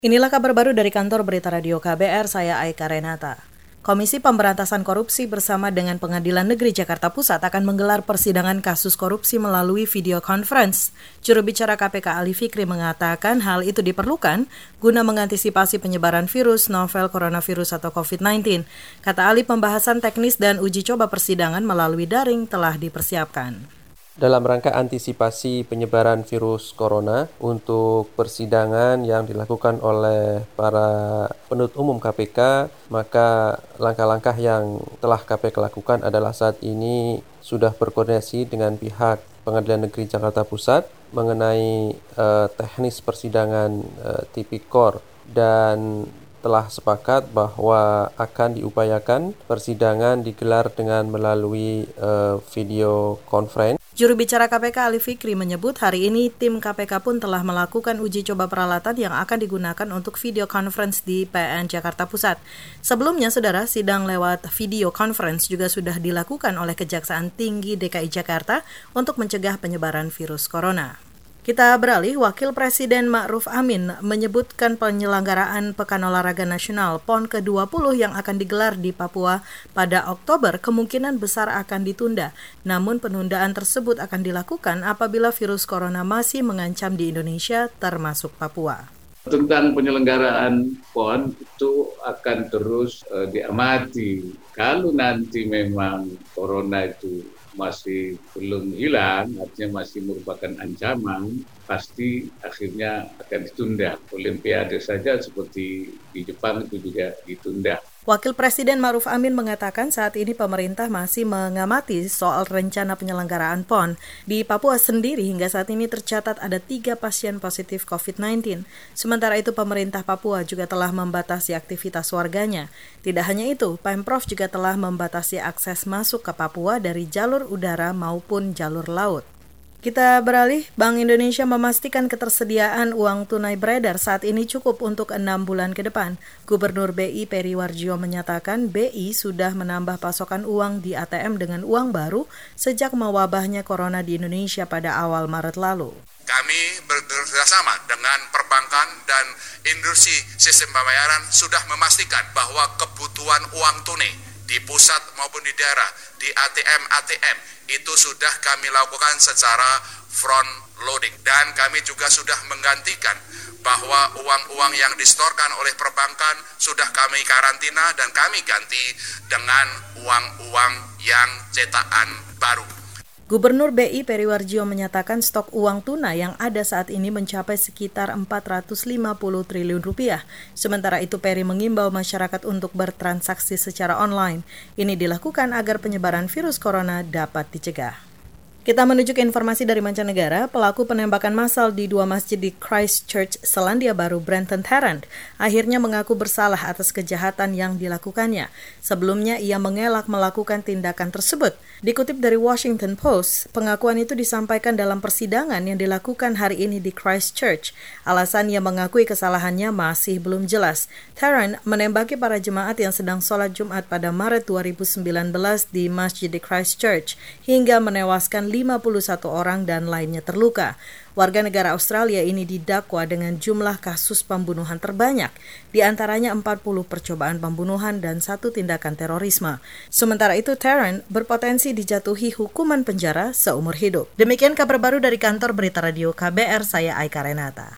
Inilah kabar baru dari kantor Berita Radio KBR, saya Aika Renata. Komisi Pemberantasan Korupsi bersama dengan Pengadilan Negeri Jakarta Pusat akan menggelar persidangan kasus korupsi melalui video conference. Juru bicara KPK Ali Fikri mengatakan hal itu diperlukan guna mengantisipasi penyebaran virus novel coronavirus atau COVID-19. Kata Ali, pembahasan teknis dan uji coba persidangan melalui daring telah dipersiapkan. Dalam rangka antisipasi penyebaran virus corona, untuk persidangan yang dilakukan oleh para penuntut umum KPK, maka langkah-langkah yang telah KPK lakukan adalah saat ini sudah berkoordinasi dengan pihak Pengadilan Negeri Jakarta Pusat mengenai teknis persidangan tipikor dan telah sepakat bahwa akan diupayakan persidangan digelar dengan melalui video conference. Juru bicara KPK Ali Fikri menyebut hari ini tim KPK pun telah melakukan uji coba peralatan yang akan digunakan untuk video conference di PN Jakarta Pusat. Sebelumnya, saudara, sidang lewat video conference juga sudah dilakukan oleh Kejaksaan Tinggi DKI Jakarta untuk mencegah penyebaran virus corona. Kita beralih, Wakil Presiden Ma'ruf Amin menyebutkan penyelenggaraan Pekan Olahraga Nasional PON ke-20 yang akan digelar di Papua pada Oktober kemungkinan besar akan ditunda. Namun penundaan tersebut akan dilakukan apabila virus corona masih mengancam di Indonesia termasuk Papua. Tentang penyelenggaraan PON itu akan terus diamati. Kalau nanti memang corona itu masih belum hilang, artinya masih merupakan ancaman, pasti akhirnya akan ditunda. Olimpiade saja seperti di Jepang itu juga ditunda. Wakil Presiden Ma'ruf Amin mengatakan saat ini pemerintah masih mengamati soal rencana penyelenggaraan PON. Di Papua sendiri hingga saat ini tercatat ada 3 pasien positif COVID-19. Sementara itu pemerintah Papua juga telah membatasi aktivitas warganya. Tidak hanya itu, Pemprov juga telah membatasi akses masuk ke Papua dari jalur udara maupun jalur laut. Kita beralih, Bank Indonesia memastikan ketersediaan uang tunai beredar saat ini cukup untuk 6 bulan ke depan. Gubernur BI Peri Warjio menyatakan BI sudah menambah pasokan uang di ATM dengan uang baru sejak mewabahnya corona di Indonesia pada awal Maret lalu. Kami bekerjasama dengan perbankan dan industri sistem pembayaran sudah memastikan bahwa kebutuhan uang tunai di pusat maupun di daerah, di ATM itu sudah kami lakukan secara front loading. Dan kami juga sudah menggantikan bahwa uang-uang yang disetorkan oleh perbankan sudah kami karantina dan kami ganti dengan uang-uang yang cetakan baru. Gubernur BI Peri Warjio menyatakan stok uang tunai yang ada saat ini mencapai sekitar 450 triliun rupiah. Sementara itu Peri mengimbau masyarakat untuk bertransaksi secara online. Ini dilakukan agar penyebaran virus corona dapat dicegah. Kita menuju ke informasi dari mancanegara. Pelaku penembakan massal di 2 masjid di Christchurch, Selandia Baru, Brenton Tarrant, akhirnya mengaku bersalah atas kejahatan yang dilakukannya. Sebelumnya ia mengelak melakukan tindakan tersebut. Dikutip dari Washington Post, pengakuan itu disampaikan dalam persidangan yang dilakukan hari ini di Christchurch. Alasan ia mengakui kesalahannya masih belum jelas. Tarrant menembaki para jemaat yang sedang sholat Jumat pada Maret 2019 di masjid di Christchurch hingga menewaskan 51 orang dan lainnya terluka. Warga negara Australia ini didakwa dengan jumlah kasus pembunuhan terbanyak, di antaranya 40 percobaan pembunuhan dan 1 tindakan terorisme. Sementara itu, Tarrant berpotensi dijatuhi hukuman penjara seumur hidup. Demikian kabar baru dari kantor Berita Radio KBR, saya Aika Renata.